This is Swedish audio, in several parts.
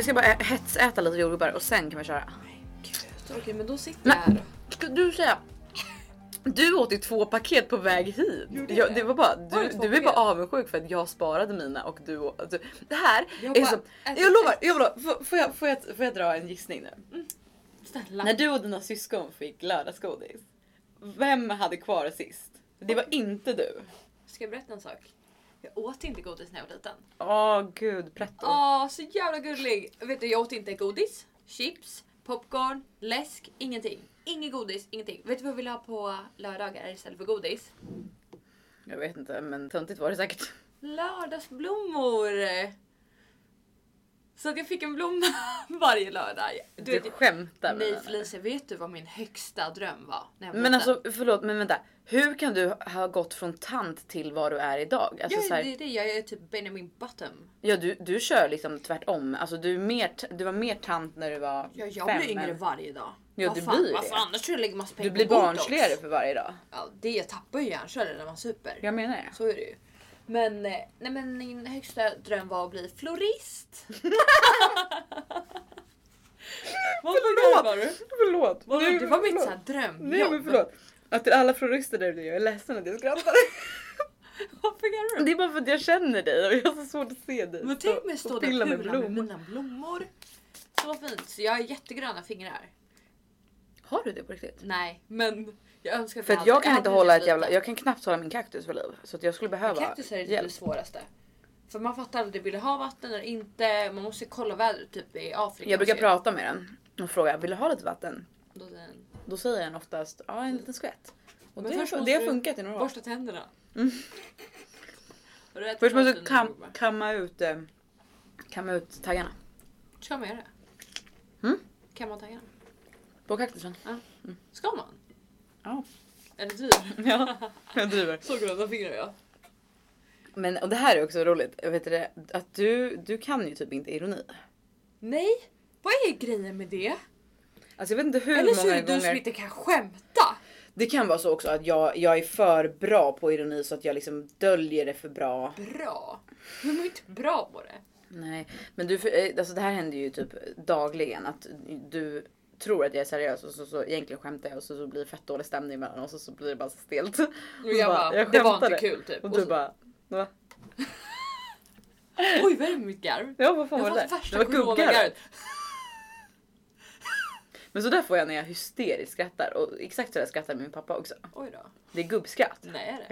ska bara hetsäta lite jordgubbar och sen kan vi köra. Okej, men då sitter jag här då. Ska du säga? Du åt ju 2 paket på väg hit. Det var bara du är bara avundsjuk för att jag sparade mina och du det här är så. Jag lovar. Får jag dra en gissning nu? Snälla. När du och dina syskon fick lördagsgodis. Vem hade kvar sist? Det var inte du. Ska jag berätta en sak? Jag åt inte godis när jag var liten. Gud, pretto. Så jävla gullig. Vet du, jag åt inte godis, chips, popcorn, läsk, ingenting. Ingen godis, ingenting. Vet du vad jag ville ha på lördagar istället för godis? Jag vet inte, men töntigt var det säkert. Lördagsblommor! Så att jag fick en blomma varje lördag. Du skämtar med nej, mig. Felicia, vet du vad min högsta dröm var? När jag var Men liten? alltså, förlåt, men vänta. Hur kan du ha gått från tant till vad du är idag? Alltså, så här, det är det. Jag är typ Benjamin Button. ja, du kör liksom tvärtom. Alltså, du var mer tant när du var 5. Jag blir yngre varje dag. Ja, du blir Varför det. annars tror jag lägger massa pengar Du blir på Botox. barnsligare för varje dag. Ja, det tappar ju hjärnceller när man super. Jag menar det. Så är det ju. Men, nej, men min högsta dröm var att bli florist. Förlåt. Det var mitt så här drömjobb. Nej, men förlåt. Att till alla florister där, jag är ledsen att jag skrattar. Varför gör du? Det är bara för att jag känner dig och jag har så svårt att se dig. Men tänk mig stå där med pula med mina blommor. Så fint. Så jag har jättegröna fingrar. Har du det på riktigt? Nej, men jag önskar För att jag kan inte hålla ett jävla... Jag kan knappt hålla min kaktus för liv. Så att jag skulle behöva kaktus är det svåraste. För man fattar aldrig, vill ha vatten eller inte. Man måste kolla vädret typ i Afrika. Jag brukar prata med den och fråga, vill du ha lite vatten? Då säger den oftast, ja, en liten skvätt. Och men det har funkat i några år. Borsta tänderna. Först måste du kamma ut taggarna. Ska man göra det? Kan man taggarna? På kaktusen? Ja. Ska man? Ja. Är det dyr? Ja, jag driver. Så gröna fingrar jag. Men och det här är också roligt. Jag vet det, att du kan ju typ inte ironi. Nej, vad är grejen med det? Alltså jag vet inte hur eller så många är det gånger... du som inte kan skämta. Det kan vara så också att jag är för bra på ironi så att jag liksom döljer det för bra. Bra? Du är inte bra på det. Nej, men alltså det här händer ju typ dagligen att du tror att jag är seriös och så egentligen skämtar jag och så blir det fett dålig stämning mellan oss och så blir det bara så stelt. Och jag bara, det var inte kul typ. Och du bara, va? Oj, vad är det med mitt garv? Ja, vad fan var det där? Det var gubbgarvet. Men så där får jag när jag hysteriskt skrattar. Och exakt så där skrattar min pappa också. Oj då. Det är gubbskratt. Nej, är det?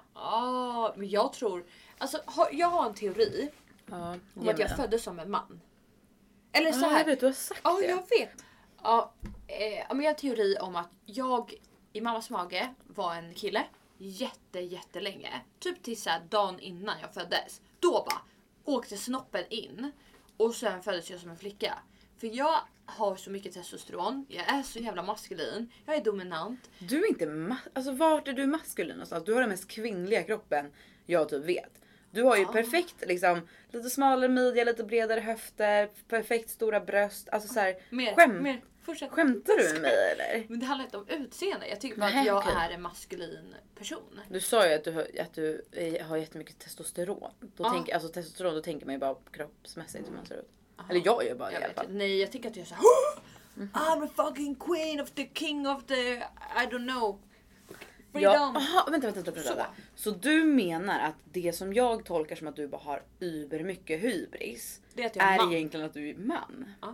Ja. Men jag tror... Alltså, jag har en teori om att jag föddes som en man. Eller så här. Jag vet, du har sagt det. Ja, jag vet. Ja, men jag har en teori om att jag i mammas mage var en kille jättelänge. Typ till så här dagen innan jag föddes. Då bara åkte snoppen in. Och sen föddes jag som en flicka. För jag har så mycket testosteron. Jag är så jävla maskulin. Jag är dominant. Du är inte alltså vart är du maskulin någonstans? Du har den mest kvinnliga kroppen jag typ vet. Du har ju perfekt liksom lite smalare midja, lite bredare höfter, perfekt stora bröst. Alltså så här, mer. Fortsätt. Skämtar du med mig eller? Men det handlar inte om utseende. Jag tycker bara att jag är en maskulin person. Du sa ju att du har jättemycket testosteron. Då tänker alltså testosteron, då tänker man ju bara kroppsmässigt hur man ser ut. Eller jag gör bara det i alla fall. Nej, jag tycker att jag är så här, I'm the fucking queen of the king of the I don't know. Freedom. Ja, vänta. Så du menar att det som jag tolkar som att du bara har mycket hybris det är, att jag är egentligen att du är man? Ja.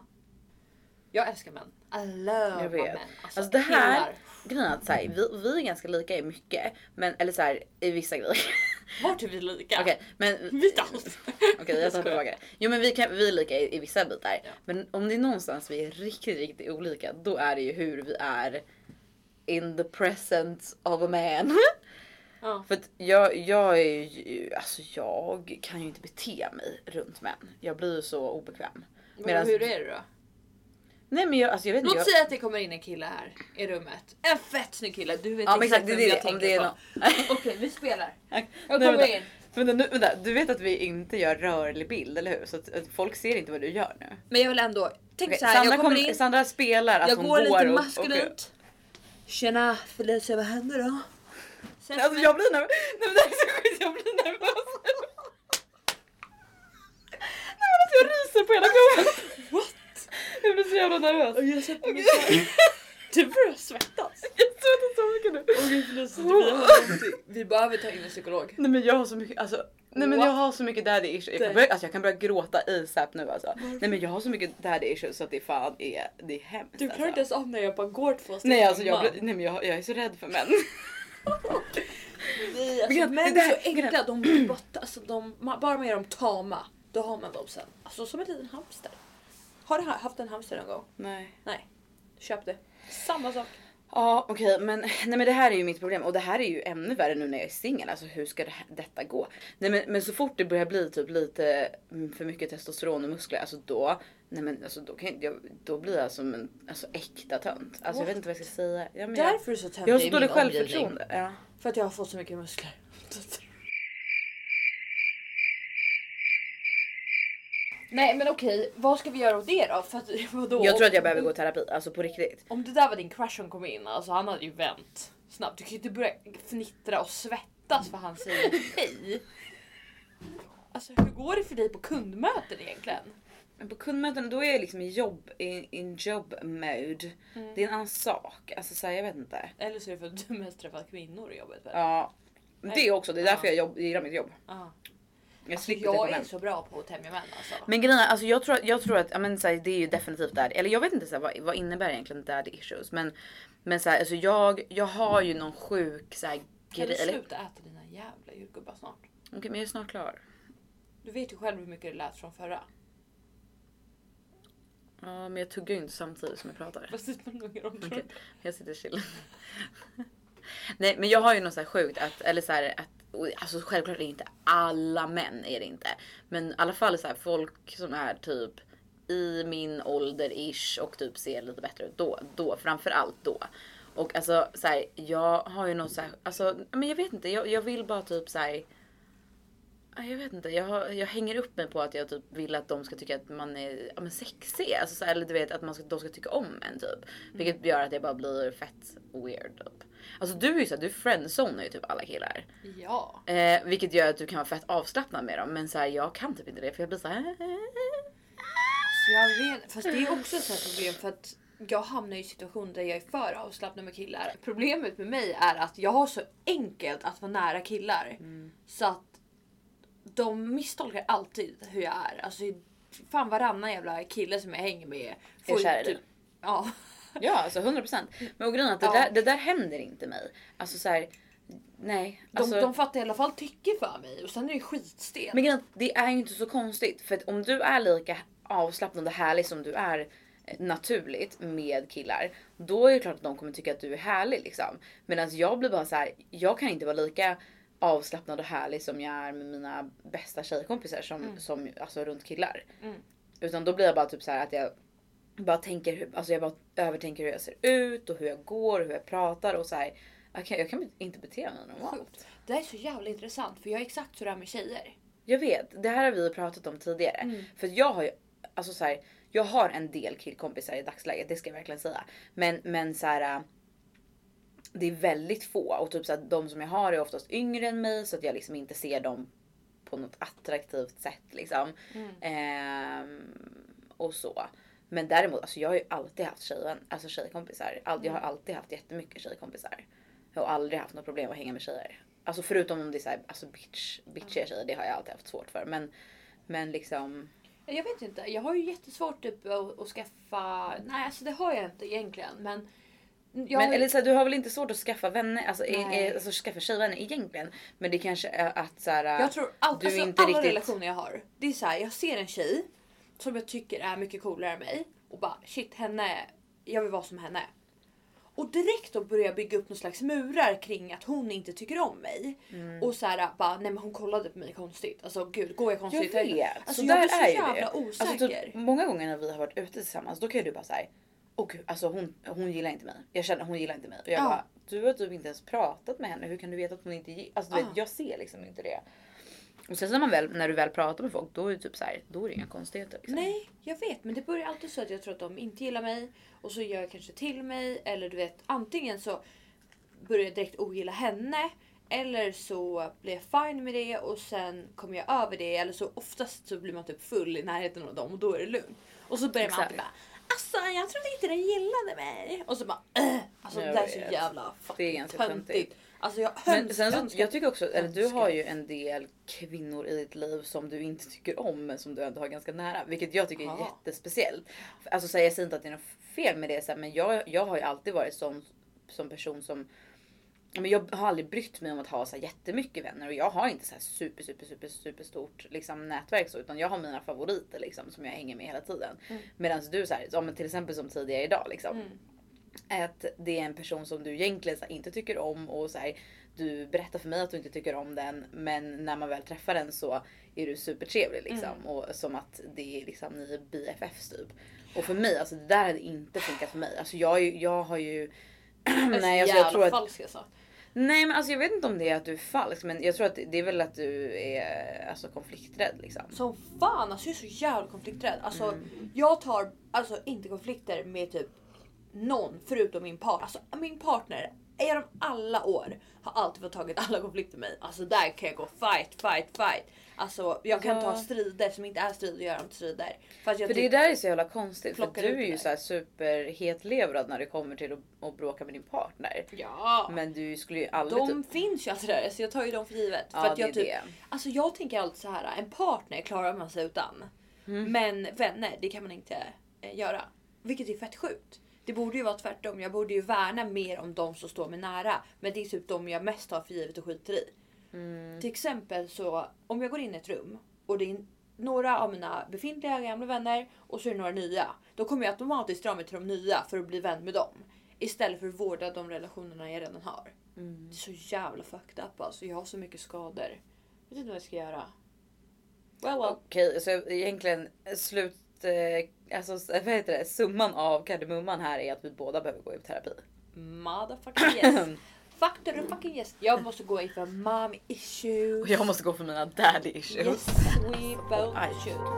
Jag älskar män. I love män. Alltså det här grejen att så här, vi är ganska lika i mycket, men eller så här i vissa grejer. Vart är vi lika? Okej, men Okej, jag tar tillbaka det. Jo, men vi är lika i vissa bitar. Ja. Men om det är någonstans vi är riktigt olika, då är det ju hur vi är in the presence of a man. Ja. För att jag är ju, alltså jag kan ju inte bete mig runt män. Jag blir ju så obekväm. Men hur är det då? Nej, men jag vet inte. Låt säga att det kommer in en kille här i rummet. En fett snygg kille. Du vet ja, exakt vem jag tänker på. Okej, vi spelar. Jag kommer in. Vänta, du vet att vi inte gör rörlig bild, eller hur? Så att folk ser inte vad du gör nu. Men jag vill ändå... Tänk så här, jag kommer in. Sandra spelar att jag hon går lite och maskulint. Tjena, Felicia, vad händer då? Alltså jag blir nervös. Nej, men det är så skit, jag blir nervös. Nej, men alltså Jag ryser på hela kroppen. What? Jag blir så jävla nervös. Jag sätter mig du börjar svettas. Jag svettas så mycket nu. Vi behöver ta in en psykolog. Nej men jag har så mycket, alltså. Nej men jag har så mycket daddy issues. Jag kan börja gråta i SAP nu alltså. Nej men jag har så mycket daddy issues så att det fan är, det är hemskt. Du klarar inte ens av när jag bara går 2 steg. Nej alltså nej men jag är så rädd för män. Nej, alltså, män är så äckliga. De blir bara med dem tama. Då har man dem sen. Alltså som en liten hamster. Har du haft en hamster någon gång? Nej. Köp det. Samma sak. Ja okej, men det här är ju mitt problem och det här är ju ännu värre nu när jag är singel. Alltså hur ska detta gå? Nej men så fort det börjar bli typ lite för mycket testosteron och muskler, alltså då då blir jag som en äkta tönt. Alltså jag vet inte vad jag ska säga. Ja, men därför är så tönt. Jag har så dåligt självförtroende. Ja. För att jag har fått så mycket muskler. Nej men okej, vad ska vi göra åt det då? För att, vadå? Jag tror att jag behöver gå i terapi, alltså på riktigt. Om det där var din crush som kom in, alltså han hade ju vänt snabbt. Du kan ju inte börja fnittra och svettas för han säger hej. Alltså hur går det för dig på kundmöten egentligen? Men på kundmöten då är jag liksom i job mode. Det är en annan sak. Alltså så här, jag vet inte. Eller så är det för att du mest träffar kvinnor i jobbet. Väl? Ja. Det är också, det är därför jag gillar mitt jobb. Jag är så bra på att tämja män alltså. Men grejen är, alltså jag tror att men, så här, det är ju definitivt där. Eller jag vet inte så här, vad innebär egentligen daddy issues. Men så här, alltså jag har ju någon sjuk så här, grej. Kan du sluta äta dina jävla jordgubbar snart? Okej, men jag är snart klar. Du vet ju själv hur mycket det lät från förra. Ja, men jag tuggar ju inte samtidigt som jag pratar. Vad sitter man och om? Okay. Jag sitter chill. Nej, men jag har ju något så här sjukt alltså självklart är det inte alla män är det inte. Men i alla fall så här, folk som är typ i min ålder ish och typ ser lite bättre ut då framförallt då. Och alltså så här, jag har ju något så här, alltså men jag vet inte, jag vill bara typ så här, jag vet inte, jag hänger upp mig på att jag typ vill att de ska tycka att man är sexig, alltså så här, eller du vet att de ska tycka om en typ, vilket gör att jag bara blir fett weird typ. Alltså du är ju så här, du friendzonar ju typ alla killar. Ja. Vilket gör att du kan vara fett avslappnad med dem, men så här, jag kan typ inte det för jag blir så här. Så jag vet, fast det är också så ett problem för att jag hamnar i situationer där jag är för avslappnad med killar. Problemet med mig är att jag har så enkelt att vara nära killar. Så att de misstolkar alltid hur jag är. Alltså fan varannan jävla kille som jag hänger med får ju typ... Ja. Ja, alltså 100%. Men grejen att det där händer inte mig. Alltså så här, nej. Alltså, de fattar i alla fall tycker för mig. Och sen är det skitstelt. Men grejen, det är ju inte så konstigt. För att om du är lika avslappnad och härlig som du är naturligt med killar, då är det klart att de kommer tycka att du är härlig liksom. Medan jag blir bara så här, jag kan inte vara lika avslappnad och härlig som jag är med mina bästa tjejkompisar som alltså runt killar. Utan då blir jag bara typ så här att jag bara tänker, alltså jag bara övertänker hur jag ser ut och hur jag går och hur jag pratar och så här. Jag kan inte bete mig normalt. Det här är så jävla intressant för jag är exakt så där med tjejer. Jag vet, det här har vi pratat om tidigare. För jag har ju, alltså så här, jag har en del killkompisar i dagsläget, det ska jag verkligen säga. Men så här, det är väldigt få och typ så här, de som jag har är oftast yngre än mig så att jag liksom inte ser dem på något attraktivt sätt liksom. Och så. Men däremot, alltså jag har ju alltid haft tjejkompisar. Jag har alltid haft jättemycket tjejkompisar. Jag har aldrig haft något problem att hänga med tjejer. Alltså förutom om det är så här, alltså bitchiga tjejer, det har jag alltid haft svårt för. Men liksom... Jag vet inte, jag har ju jättesvårt typ att skaffa... Nej, alltså det har jag inte egentligen, men... Eller så här, du har väl inte svårt att skaffa vänner, alltså skaffa tjejvänner egentligen. Men det kanske är att så här, jag tror du alltså, inte alla riktigt... relationer jag har, det är så här, jag ser en tjej som jag tycker är mycket coolare än mig och bara shit, jag vill vara som henne. Och direkt då börjar jag bygga upp någon slags murar kring att hon inte tycker om mig. Och så här bara, nej men hon kollade på mig konstigt. Alltså gud, går jag konstigt? Jag vet, alltså, så jag där blir så är jävla det. osäker. Alltså, typ, många gånger när vi har varit ute tillsammans, då kan du bara säga, åh gud, alltså hon gillar inte mig. Jag känner hon gillar inte mig. Och jag bara, du har typ inte ens pratat med henne. Hur kan du veta att hon inte gillar? Alltså du vet, jag ser liksom inte det. Och sen när du väl pratar med folk, då är det typ så här, då är det inga konstigheter liksom. Nej, jag vet, men det börjar alltid så att jag tror att de inte gillar mig och så gör jag kanske till mig, eller du vet, antingen så börjar jag direkt ogilla henne Eller så blir jag fine med det och sen kommer jag över det. Eller så oftast så blir man typ full i närheten av dem och då är det lugnt. Och så börjar man alltid bara, alltså jag trodde inte den gillade mig. Och så bara, alltså det är så jävla det är ganska töntigt. Alltså jag jag tycker också, eller du har ju en del kvinnor i ditt liv som du inte tycker om men som du ändå har ganska nära. Vilket jag tycker är jättespeciellt. Alltså så jag säger inte att det är något fel med det så här, men jag har ju alltid varit som person som, men jag har aldrig brytt mig om att ha så här jättemycket vänner och jag har inte så här super stort liksom nätverk så, utan jag har mina favoriter liksom som jag hänger med hela tiden. Medan du så här, ja, men till exempel som tidigare idag liksom. Att det är en person som du egentligen så här, inte tycker om och så här, du berättar för mig att du inte tycker om den, men när man väl träffar den så är du supertrevlig liksom och som att det är liksom ni är BFFs typ. Och för mig alltså det där hade inte funkat för mig. Alltså jag har ju nej alltså jag tror att falsk alltså. Nej men alltså jag vet inte om det är att du är falsk, men jag tror att det är väl att du är alltså konflikträdd liksom. Som fan, alltså jag är så jävla konflikträdd. Alltså jag tar alltså inte konflikter med typ någon förutom min partner. Alltså min partner genom alla år har alltid fått tagit alla konflikter med mig. Alltså där kan jag gå fight. Alltså jag kan ta strider som inte är strider och göra dem till strider. För det där är så jävla konstigt. För du är ju så här superhetlevrad när det kommer till att bråka med din partner. Ja. Men du skulle ju aldrig... De finns ju alltid där, så jag tar ju dem för givet. Ja, för att jag det är det. Alltså jag tänker alltid så här: en partner klarar man sig utan. Men vänner, det kan man inte göra. Vilket är fett sjukt. Det borde ju vara tvärtom. Jag borde ju värna mer om de som står mig nära. Men det är typ de jag mest har för givet och skiter i. Till exempel så, om jag går in i ett rum och det är några av mina befintliga gamla vänner och så är det några nya. Då kommer jag automatiskt dra mig till de nya för att bli vän med dem. Istället för att vårda de relationerna jag redan har. Det är så jävla fucked up alltså. Jag har så mycket skador. Jag vet inte vad jag ska göra. Well. Okej, så egentligen alltså vad heter det? Summan av kardemumman här är att vi båda behöver gå i terapi. Motherfucking yes. Fucking yes. Jag måste gå in för mommy issues. Och jag måste gå för mina daddy issues. Yes, we both should.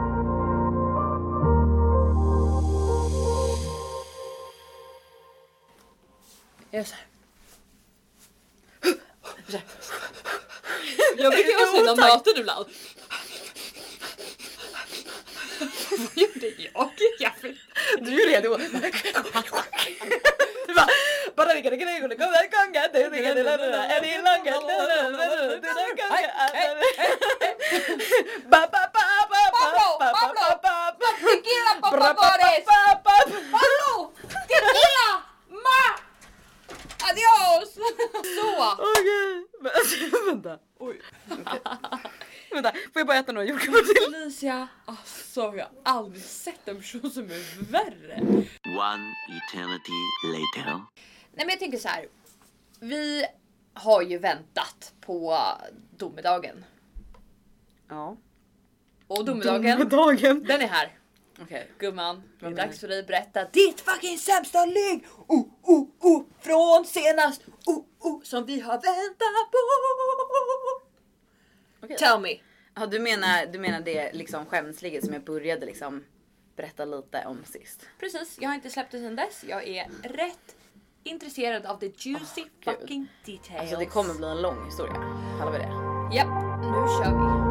Yes. Jag brukar vara sådana möten ibland. Vad gjorde jag? Du är redo. Du bara Pablo! Tequila! Adios! Så! Okej. Vänta. Oj. Vänta, får jag bara äta några jordgubbar till? Alicia, alltså jag har aldrig sett en person som är värre. One eternity later. Nej men jag tänker så här. Vi har ju väntat på domedagen. Ja. Och domedagen, den är här. Okej. Gumman, det är dags för dig att berätta ditt fucking sämsta ligg. Från senast. Som vi har väntat på. Okay. Tell me. Ja, du menar det liksom skämsligget som jag började liksom berätta lite om sist. Precis, jag har inte släppt det sedan dess. Jag är rätt intresserad av the juicy fucking details. Alltså det kommer bli en lång historia. Kallar vi det? Japp, nu kör vi.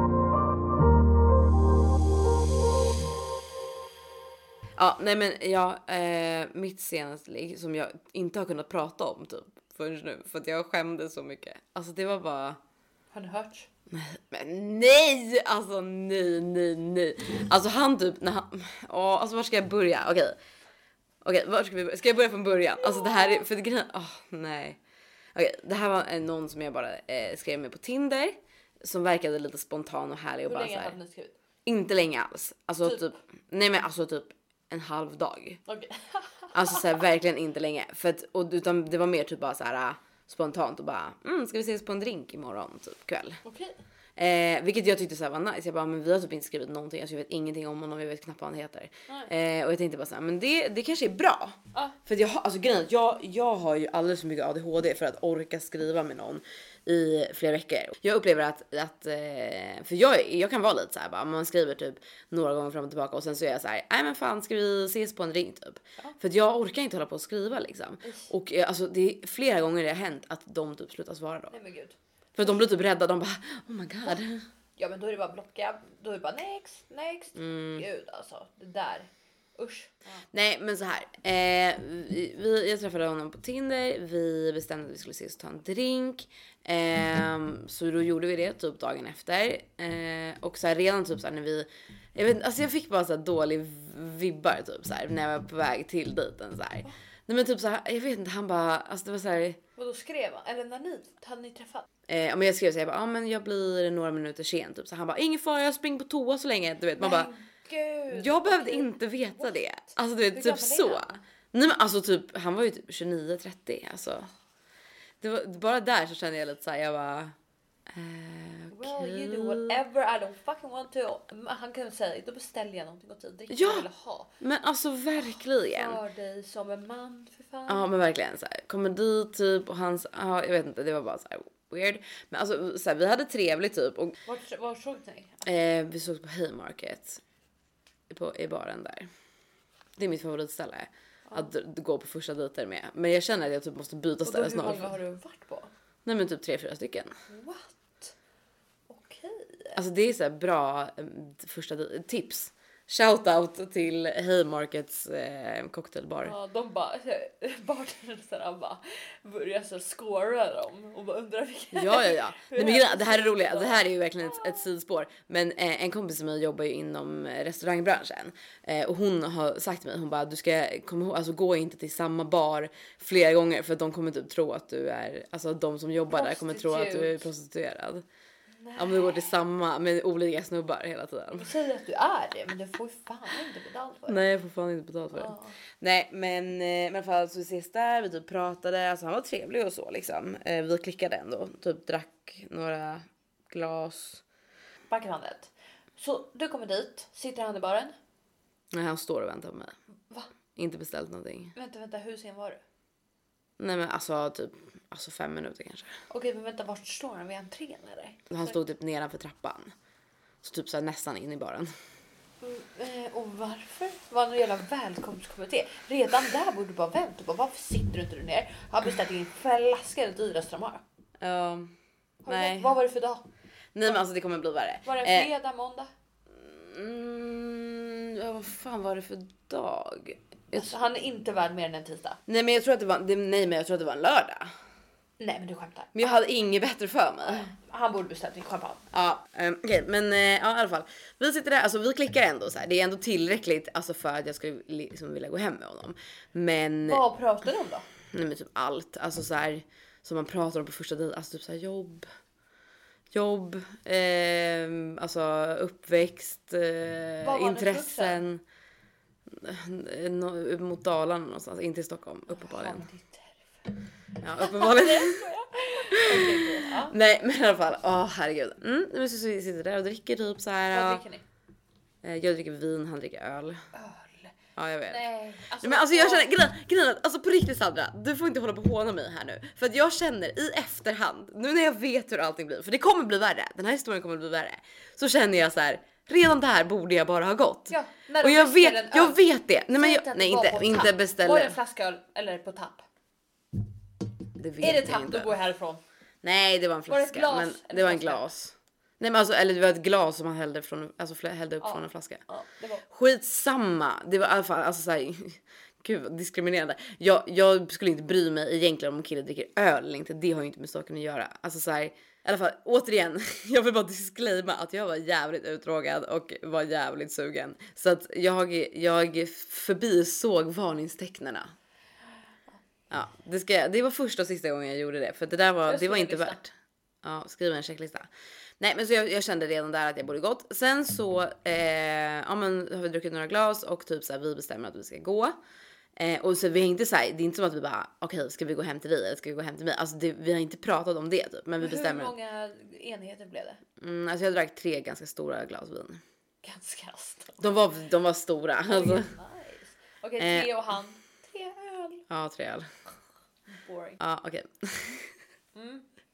Ja, nej men mitt senaste ligg som jag inte har kunnat prata om typ förrän nu. För att jag skämde så mycket. Alltså det var bara... Har du hört? Men nej! Alltså nej. Alltså han typ när han... alltså var ska jag börja? Okej, var ska jag börja från början? Alltså det här är... För det nej. Okej, det här var någon som jag bara skrev med på Tinder. Som verkade lite spontan och härlig. Och hur bara länge så här, har ni skrivit? inte länge alls. Alltså typ... Nej men alltså typ en halv dag. Okej. Alltså så här, verkligen inte länge. För att, utan det var mer typ bara så här spontant och bara ska vi ses på en drink imorgon typ kväll. Okej. Vilket jag tyckte så här var nice. Jag bara, men vi har typ inte skrivit någonting. Alltså jag vet ingenting om honom, jag vet knappt vad han heter. Och jag tänkte bara så här, men det kanske är bra. För att jag har, alltså grejen, jag har ju alldeles för mycket ADHD för att orka skriva med någon i flera veckor. Jag upplever att för jag kan vara lite så här bara, man skriver typ några gånger fram och tillbaka och sen så är jag så här, nej men fan ska vi ses på en drink typ. Ja. För att jag orkar inte hålla på och skriva liksom. Och alltså det är flera gånger det har hänt att de typ slutar svara då. Nej men gud. För de blir typ rädda, de bara oh my god. Ja men då är det bara blocka, då är det bara next. Gud alltså, det där. Usch. Ja. Nej men så här. Jag träffade honom på Tinder. Vi bestämde att vi skulle ses och ta en drink. Så då gjorde vi det typ dagen efter. Och så här, redan typ så här, när vi... jag fick bara så här dålig vibbar typ så här, när jag var på väg till dejten så här. Nej men typ så här, jag vet inte, han bara... Alltså det var så här... Vadå skrev han? Eller när hade ni träffat? Men jag skrev så här, men jag blir några minuter sen typ. Så han bara, ingen fara, jag springer på toa så länge. Du vet, man bara... Gud, jag behövde inte veta det. Alltså du vet, typ så. Nej men alltså typ, han var ju typ 29-30 alltså. Det var bara där så kände jag lite så här, jag bara well you do whatever I don't fucking want to. Han kan säga, då beställer jag någonting åt dig. Ja, jag vill ha. Men alltså verkligen. För dig som en man för fan. Ja men verkligen så här, kommer dit typ och hans, jag vet inte, det var bara så här weird. Men alltså så här, vi hade trevligt typ. Och var såg ni? Vi såg på Haymarket. I baren där. Det är mitt favoritställe. Att gå på första dejter med. Men jag känner att jag typ måste byta ställe snart. Hur många har du varit på? Nej men typ 3-4 stycken. What? Okej. Alltså det är så här bra första tips. Shoutout till Haymarkets cocktailbar. Ja, de bara bartendersarna bara börjar så scora dem och bara undrar vilka. Ja. Nej, men det här är roligt. Det här är ju verkligen ett sidospår. Men en kompis som jag jobbar ju inom restaurangbranschen och hon har sagt till mig, hon bara, du ska komma ihåg, alltså gå inte till samma bar flera gånger för att de kommer typ tro att du är, alltså de som jobbar där kommer tro att du är prostituerad. Nej. Om du går till samma med olika snubbar hela tiden. Du säger att du är det, men du får ju fan inte betalt för det. Nej, jag får fan inte betalt för det. Nej, men i alla fall så vi ses där, vi typ pratade, alltså han var trevlig och så liksom. Vi klickade ändå, typ drack några glas. Backenhandet. Så du kommer dit, sitter han i baren? Nej, han står och väntar på mig. Va? Inte beställt någonting. Vänta, hur sen var du? Nej men alltså typ 5 minuter kanske. Okej, men vänta, vart står han? Vid entrén eller? Han stod typ nedanför trappan. Så typ så här, nästan in i baren. Och varför? Var det någon jävla välkomstkommitté? Redan där borde du bara vänta. Varför sitter du inte ner? Har beställt en flaska eller dyra strömmar? Nej. Vad var det för dag? Nej men alltså det kommer bli värre. Var det fredag, måndag? Vad fan var det för dag? Alltså, han är inte värd mer än en tisdag. Nej men jag tror att det var en lördag. Nej men du skämtar. Men jag hade inget bättre för mig. Han borde beställt en champagne. Ja, okej, men ja, i alla fall. Vi sitter där, alltså vi klickar ändå så här. Det är ändå tillräckligt alltså för att jag skulle liksom vilja gå hem med honom. Men vad pratar du om då? Nej men typ allt, alltså så här som man pratar om på första dejten, alltså typ så här jobb, alltså uppväxt, intressen. Mot Dalarna någonstans, inte i Stockholm, uppenbarligen. Ja, uppenbarligen. Nej, men i alla fall, herregud. Men så sitter där och dricker typ så här. Vad dricker ni? Jag dricker vin, han dricker öl. Ja, jag vet. Nej, alltså, men alltså jag känner grejen, alltså på riktigt Sandra, du får inte hålla på och håna mig här nu. För att jag känner i efterhand, nu när jag vet hur allting blir, för det kommer bli värre, den här historien kommer bli värre. Så känner jag så här, redan där borde jag bara ha gått. Ja, och jag vet det. Nej men inte beställa. Var det en flaska öl eller på tapp? Det vet är det jag tapp inte. Då går jag härifrån. Nej, det var en flaska. Var det ett glas, men det var en glas. Nej men alltså, eller det var ett glas som han hällde upp från en flaska. Ja, det var. Skitsamma. Det var i alla fall alltså så här, gud vad diskriminerande. Jag skulle inte bry mig egentligen om kille dricker öl eller inte. Det har ju inte med saken att göra. Alltså så här, i alla fall återigen, jag vill bara disclaima att jag var jävligt uttråkad och var jävligt sugen. Så att jag förbisåg varningstecknarna. Ja, det var första och sista gången jag gjorde det, för det var inte värt. Ja, skriva en checklista. Nej, men så jag kände redan där att jag borde gått. Sen så har vi druckit några glas och typ så här, vi bestämmer att vi ska gå. Och så vi är inte så här, det är inte som att vi bara okej, ska vi gå hem till dig eller ska vi gå hem till mig? Alltså vi har inte pratat om det typ, men vi bestämmer. Hur många enheter blev det? Alltså jag drack 3 ganska stora glas vin. Ganska stora. De var stora. Alltså. Nice. Okej, 3 och han. 3 öl. Ja, 3 öl. Boring. Ja, okej.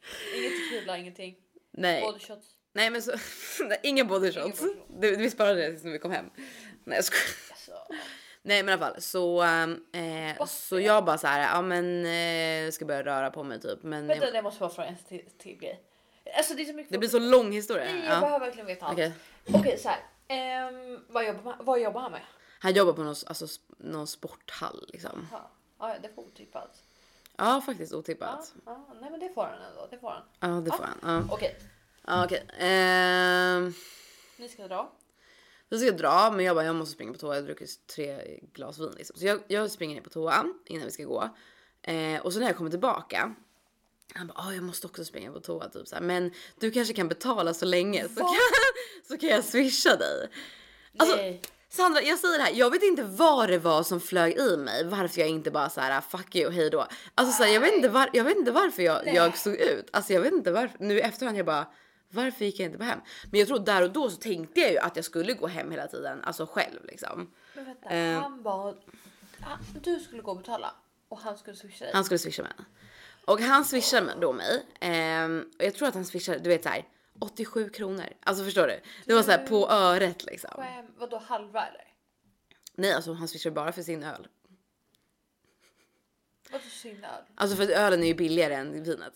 Inget tequila, ingenting. Nej. Body shots. Nej men så inga body shots. Vi sparade det tills vi kom hem. Nej jag skojar. Alltså. Nej men i alla fall så jag bara så här, ja men ska börja röra på mig typ, men Vänta, jag måste bara fråga en till grej. Alltså det är så mycket. Det blir så lång historia. Nej, jag behöver verkligen veta allt. Okej, så här. Vad jobbar han med? Han jobbar på någon sporthall liksom. Ja, det får otippat. Ja, faktiskt otippat. Ja, nej men det får han ändå. Det får han. Ja, det får han. Ja. Okej. Ja, okej. Ni ska dra. Vi ska dra, men jag måste springa på toa. Jag har druckit 3 glas vin liksom. Så jag springer ner på toa innan vi ska gå. Och så när jag kommer tillbaka, han bara, jag måste också springa på toa typ så här. Men du kanske kan betala så länge så kan jag swisha dig. Alltså, Sandra, jag säger det här, jag vet inte vad det var som flög i mig, varför jag inte bara så här fuck you, hej då. Alltså så här, jag vet inte varför jag stod ut. Alltså jag vet inte varför. Nu i efterhand jag bara, varför gick jag inte på hem? Men jag tror där och då så tänkte jag ju att jag skulle gå hem hela tiden, alltså själv liksom. Men vänta, han bara, du skulle gå och betala och han skulle swisha dig. Han skulle swisha mig. Och han swishade då mig. Och jag tror att han swishade, du vet så här 87 kronor. Alltså förstår du? Det var så här på öret liksom. Vadå, halva eller? Nej, alltså han swishade bara för sin öl. Vadå sin öl? Alltså för att ölen är ju billigare än vinet.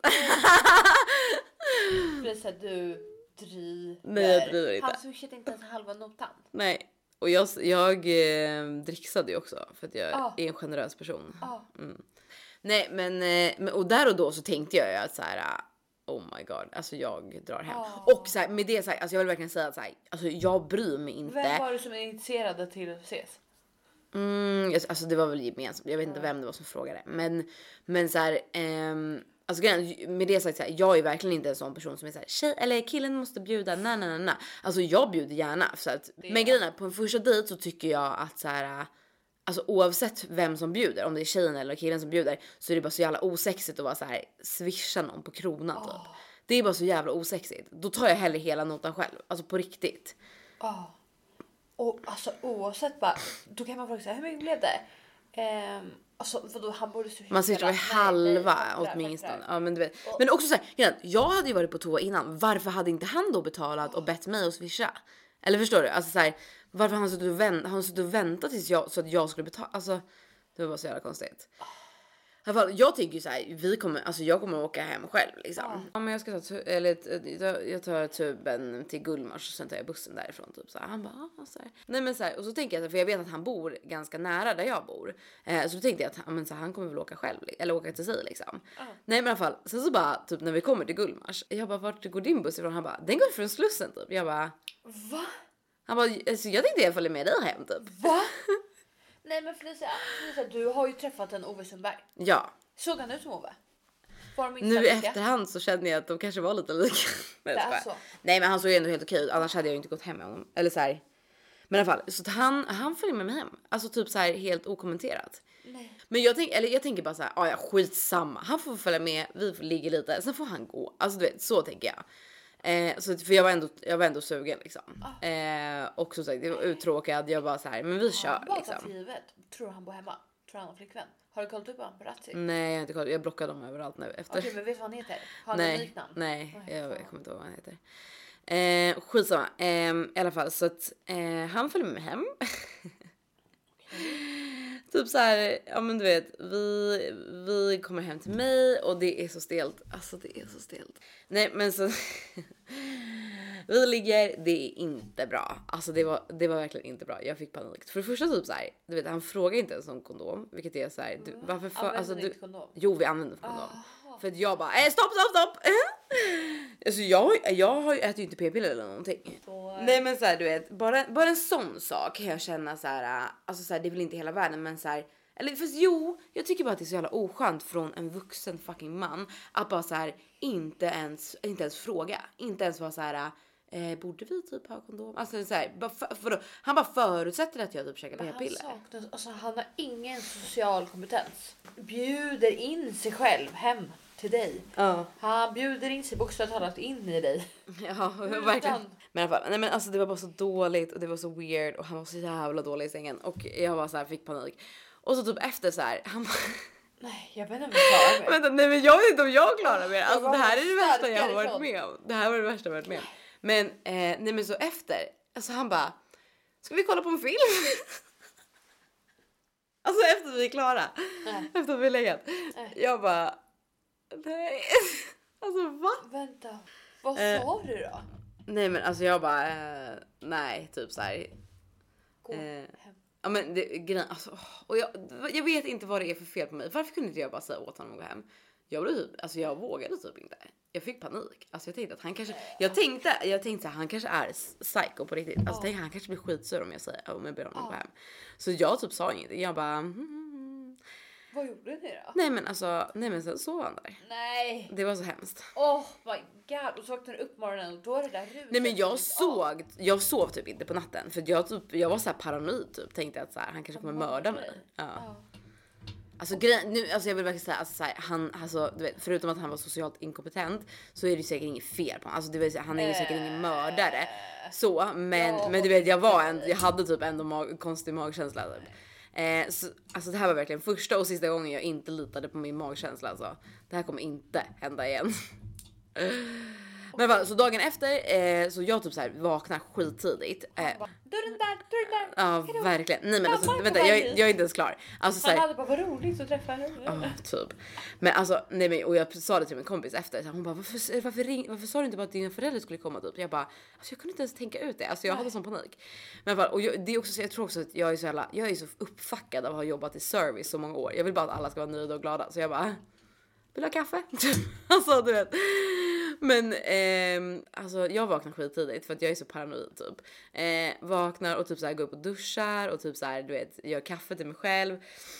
För det är du driver. Nej, jag driver inte. Han swishade inte ens halva notan. Nej. Och jag dricksade ju också för att jag är en generös person. Nej, men och där och då så tänkte jag ju att så här, oh my god, alltså jag drar hem. Och så här, med det så här, alltså jag vill verkligen säga att så här, alltså jag bryr mig inte. Vem var du som är intresserad till att ses? Alltså det var väl gemensamt. Jag vet inte vem det var som frågade. Men så här, alltså med det sagt så här, jag är verkligen inte en sån person som är så här, tjej eller killen måste bjuda. Nej. Alltså jag bjuder gärna så att, men grejen är, på en första dejt så tycker jag att så här, alltså oavsett vem som bjuder, om det är tjejen eller killen som bjuder, så är det bara så jävla osexigt att vara så här, swisha någon på kronan typ. Det är bara så jävla osexigt. Då tar jag hellre hela notan själv, alltså på riktigt. Och alltså oavsett bara, då kan man fråga sig, hur mycket blev det? Alltså för då han borde man sitter väl halva åtminstone. Ja, men du vet. Men också så här, jag hade ju varit på toa innan. Varför hade inte han då betalat och bett mig att swisha? Eller förstår du? Alltså så här, varför han suttit och väntat tills så att jag skulle betala? Alltså det var bara så jävla konstigt. I alla fall, jag tänker ju så här, jag kommer åka hem själv liksom. Ja, men jag ska jag tar tuben till Gullmars och sen tar jag bussen därifrån typ så här. Han bara, så här. Nej men så här, och så tänker jag, för jag vet att han bor ganska nära där jag bor. Så då tänkte jag att han kommer väl åka själv eller åka till sig liksom. Nej men i alla fall, sen så bara typ när vi kommer till Gullmars, jag bara, vart går din buss ifrån? Han bara, den går från Slussen typ. Jag bara, va? Han bara, alltså, jag tänkte jag följer med dig hem typ. Va? Nej men Felicia, du har ju träffat en Ove Sundberg. Ja. Såg han ut som Ove? Nu i efterhand så kände jag att de kanske var lite lika. Nej men han såg ju ändå helt okej ut. Annars hade jag ju inte gått hem med honom. Eller så här. Men i alla fall, så han följer med mig hem. Alltså typ så här helt okommenterat. Nej. Men jag tänker bara så här, ja skitsamma. Han får följa med, vi får ligga lite, sen får han gå. Alltså du vet, så tänker jag. Så för jag var ändå sugen liksom. Och så sagt, jag var uttråkad. Jag bara så här, men vi kör liksom. Tror han bor hemma? Tror han har flickvän? Har du kollat upp honom på Ratsi? Nej, jag har inte kollat. Jag blockade dem överallt nu efter. Okej, men vet du vad han heter? Har han ett nytt namn? Nej, jag kommer inte ihåg vad han heter. Skitsamma. I alla fall så att han följer med mig hem. Typ så här, ja men du vet, vi kommer hem till mig och det är så stelt. Alltså det är så stelt. Nej men så vi ligger, det är inte bra. Alltså det var verkligen inte bra. Jag fick panik. För det första typ så här, du vet han frågar inte ens om kondom, vilket är så här, varför alltså du kondom? Jo, vi använder kondom. För att jag bara stopp. Alltså jag äter ju inte p-piller eller någonting. Nej men så här, du vet, bara en sån sak kan jag känna så här, alltså så här, det är väl inte hela världen men så här, eller fast jo, jag tycker bara att det är så jävla oskönt från en vuxen fucking man att bara så här inte ens fråga, inte ens vara så här borde vi typ ha kondom? Alltså så här, han bara förutsätter att jag typ käkar p-piller. Alltså han har ingen social kompetens. Bjuder in sig själv hem till dig. Han bjuder in sig bokstavligt talat in i dig. Ja, verkligen. Men i alla fall, nej men alltså det var bara så dåligt och det var så weird och han var så jävla dålig i sängen och jag bara så här fick panik. Och så typ efter så här, han bara Nej, jag vet inte om jag klarar mig. Vänta, nej men jag vet inte om jag klarar mig. Alltså det här är det värsta jag har varit med om. Det här var det värsta jag varit med om. Men nej men så efter, alltså han bara, ska vi kolla på en film? Alltså efter vi är klara. Efter att vi är legat. Jag bara, nej. Alltså va? Vänta, vad sa du då? Nej men alltså jag bara, nej typ så här. Gå hem. Ja men det, alltså, och jag vet inte vad det är för fel på mig. Varför kunde inte jag bara säga åt honom att gå hem? Jag vågade typ inte. Jag fick panik. Alltså jag tänkte att han kanske, jag tänkte att han kanske är psycho på riktigt. Alltså tänkte han kanske blir skitsur om jag säger om jag ber honom gå hem. Så jag typ sa ingenting. Jag bara Vad gjorde ni då? nej men sen sov han där. Nej. Det var så hemskt. Oh my god. Och så vaknade du upp morgonen och då är det där ruset. Nej men jag sov typ inte på natten. För jag var så här paranoid typ. Tänkte att så här, han kanske kommer mörda mig. Ja. Alltså nu, alltså jag vill verkligen säga, alltså, så här, alltså, du vet, förutom att han var socialt inkompetent så är det ju säkert inget fel på honom. Alltså, du vet, han är ju säkert ingen mördare. Så, men du vet, jag hade typ ändå konstig magkänsla. Typ. Så, alltså det här var verkligen första och sista gången jag inte litade på min magkänsla. Alltså. Det här kommer inte hända igen. Men så dagen efter så jag typ så här vaknar skittidigt. Dörren där. Ja, verkligen. Nej men alltså, vänta, jag är inte ens klar. Alltså, så här, han hade bara, vad roligt att träffa henne. Typ. Men alltså, nej men, och jag sa det till min kompis efter. Så hon bara, varför sa du inte bara att dina föräldrar skulle komma typ? Jag bara, alltså jag kunde inte ens tänka ut det. Alltså jag hade sån panik. Men och det är också, jag tror också att jag är så uppfackad av att ha jobbat i service så många år. Jag vill bara att alla ska vara nöjda och glada. Så jag bara, vill du ha kaffe? Alltså du vet. Men alltså jag vaknar skittidigt för att jag är så paranoid typ. Vaknar och typ så här går upp och duschar och typ så här, du vet, gör kaffe till mig själv.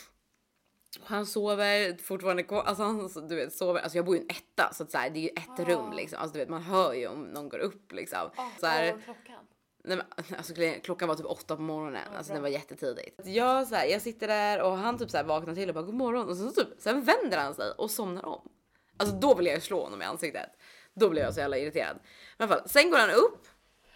Han sover fortfarande, alltså han, du vet, sover, alltså jag bor i en etta så att så här, det är ju ett rum liksom. Alltså du vet, man hör ju om någon går upp liksom. Så här, klockan. Nej, men, alltså, klockan var typ 8 på morgonen. Alltså det var jättetidigt. Jag sitter där och han typ så här vaknar till och bara god morgon. Och sen vänder han sig och somnar om. Alltså då vill jag slå honom i ansiktet. Då blir jag så jävla irriterad. Men i alla fall, sen går han upp.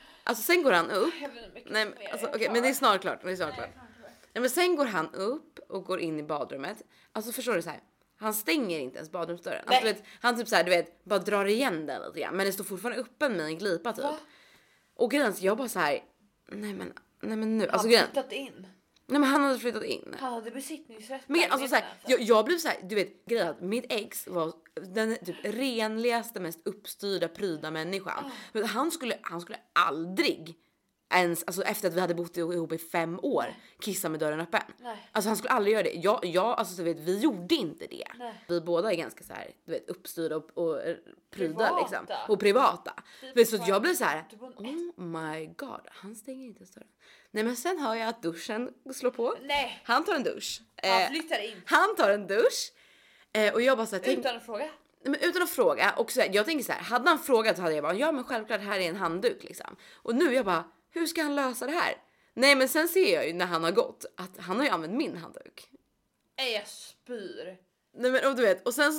Nej, alltså, okej, men det är snart klart. Nej, men sen går han upp och går in i badrummet. Alltså förstår du så här? Han stänger inte ens badrumsdörren. Alltså, vet, han typ så här, du vet, bara drar igen den lite grann. Men det står fortfarande öppen med en glipa typ. Och grejen, jag bara så här, nej men nu, alltså grejen. Flyttat in. Nej men han hade flyttat in. Han hade besittningsrätt. Men alltså så här, jag blev så här, du vet, grejen att mitt ex var den typ renligaste, mest uppstyrda, pryda människan. Men han skulle aldrig ens, alltså efter att vi hade bott ihop i 5 år, kissa med dörren öppen. Nej. Alltså han skulle aldrig göra det. Jag alltså du vet, vi gjorde inte det. Nej. Vi båda är ganska så här, du vet, uppstyrda och pryda privata. Liksom. Och privata. Vet, så jag blev så här, oh my god, han stänger inte dörren. Nej men sen hör jag att duschen slår på. Nej. Han tar en dusch. Han flyttar in. Han tar en dusch. Och jag bara så här, Utan att fråga. Men utan att fråga. Och så här, jag tänker så här, hade han frågat så hade jag bara, ja men självklart, här är en handduk liksom. Och nu jag bara, hur ska han lösa det här? Nej men sen ser jag ju när han har gått att han har ju använt min handduk. Jag spyr. Nej men och du vet, och sen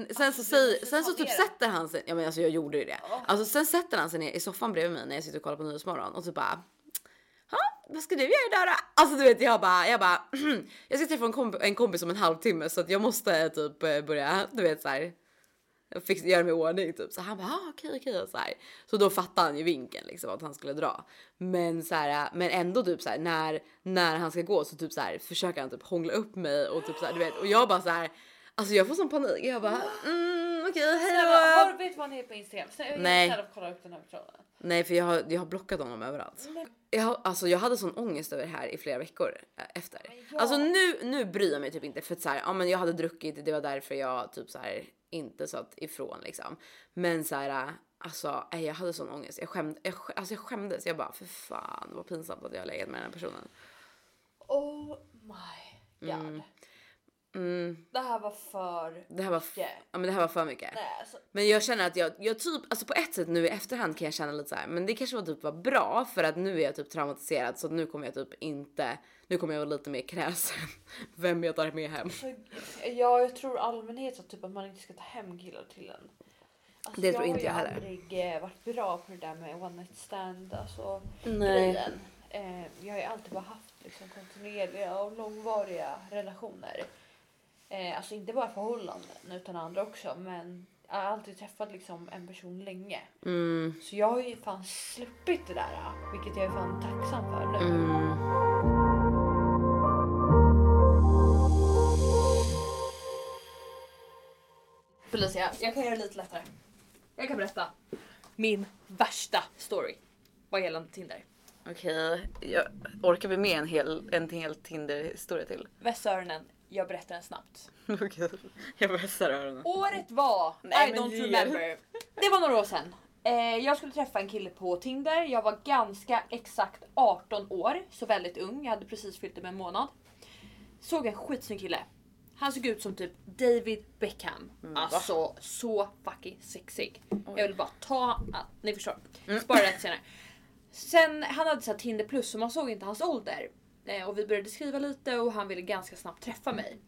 så typ sätter han sig, ja men alltså jag gjorde ju det. Alltså sen sätter han sig ner i soffan bredvid mig när jag sitter och kollar på Nyhetsmorgon och så bara, ja, vad ska du göra idag då? Alltså du vet, jag bara jag ska träffa en kompis om en halvtimme så att jag måste typ börja, du vet så här. Jag fick göra mig i ordning typ. Så han bara okej så här. Så då fattade han ju vinkeln liksom att han skulle dra. Men så här, men ändå typ så här när han ska gå så typ så här försöker han typ hångla upp mig och typ så här, du vet, och jag bara så här, alltså jag får sån panik. Jag bara okej, hej då. Vet du vad han är på Instagram? Nej. Jag kolla upp den här personen. Nej, för jag har blockat honom överallt. Jag hade sån ångest över det här i flera veckor efter. Ja. Alltså nu bryr jag mig typ inte för att så här, ja men jag hade druckit, det var därför jag typ så här inte satt ifrån liksom. Men så här, alltså jag hade sån ångest. Jag skämdes. Jag bara för fan, det var pinsamt att jag legat med den här personen. Oh my god. Det här var för mycket. Ja men det här var för mycket. Nej, alltså. Men jag känner att jag typ, alltså på ett sätt nu i efterhand kan jag känna lite så här, men det kanske var bra för att nu är jag typ traumatiserad så nu kommer jag typ inte, nu kommer jag vara lite mer kräsen vem jag tar med hem. Så, ja, jag tror allmänhet att typ att man inte ska ta hem killar till en. Alltså, det tror inte jag heller. Jag har aldrig varit bra på det där med one night stand, alltså grejen. Jag har ju alltid bara haft liksom kontinuerliga och långvariga relationer. Alltså inte bara förhållanden utan andra också. Men jag har alltid träffat liksom en person länge. Så jag har ju fan sluppit det där. Vilket jag är fan tacksam för nu. Felicia, jag kan göra det lite lättare. Jag kan berätta min värsta story vad gällande Tinder. Okej, jag orkar vi med en hel Tinder-historia till? Vässa öronen, jag berättar den snabbt. Okej, jag vässar öronen. Året var, Nej, I men don't ge. remember. Det var några år sedan. Jag skulle träffa en kille på Tinder. Jag var ganska exakt 18 år, så väldigt ung. Jag hade precis fyllt det med en månad. Såg en skitsnygg kille. Han såg ut som typ David Beckham. Alltså så fucking sexig. Jag vill bara ni förstår. Spara det senare. Sen han hade så här Tinder plus så man såg inte hans ålder. Och vi började skriva lite och han ville ganska snabbt träffa mig.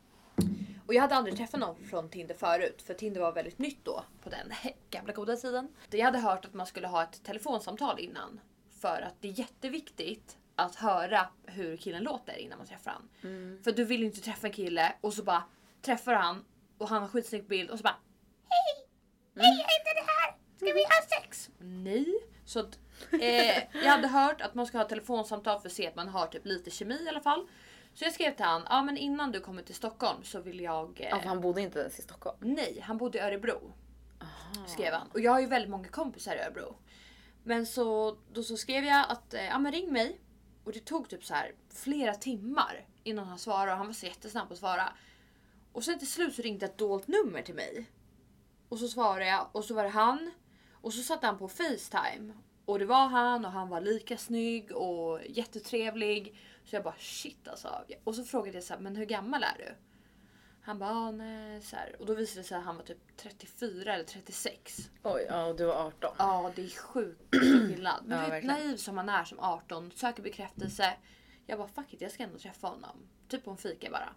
Och jag hade aldrig träffat någon från Tinder förut. För Tinder var väldigt nytt då på den gamla goda tiden. Jag hade hört att man skulle ha ett telefonsamtal innan. För att det är jätteviktigt att höra hur killen låter innan man träffar han. För du vill ju inte träffa en kille och så bara träffar han och han har skitsnygg bild och så bara hej, jag heter det här, ska vi ha sex? Nej, så att, jag hade hört att man ska ha telefonsamtal för att se att man har typ lite kemi i alla fall. Så jag skrev till han, ja men innan du kommer till Stockholm så vill jag... Ja, för han bodde inte ens i Stockholm. Nej, han bodde i Örebro. Skrev han. Och jag har ju väldigt många kompisar i Örebro. Men så skrev jag att, ja men ring mig. Och det tog typ så här flera timmar innan han svarade. Och han var så jättesnabb att svara. Och sen till slut så ringde ett dolt nummer till mig. Och så svarade jag och så var det han. Och så satt han på FaceTime. Och det var han och han var lika snygg och jättetrevlig. Så jag bara shit alltså. Och så frågade jag så här, men hur gammal är du? Han bara nej så här. Och då visade det sig att han var typ 34 eller 36. Oj, ja och du var 18. Ja, det är sjukt skillnad. Men Ja, du vet, verkligen. naiv som man är som 18, söker bekräftelse. Jag bara fuck it, jag ska ändå träffa honom. Typ på en fika bara.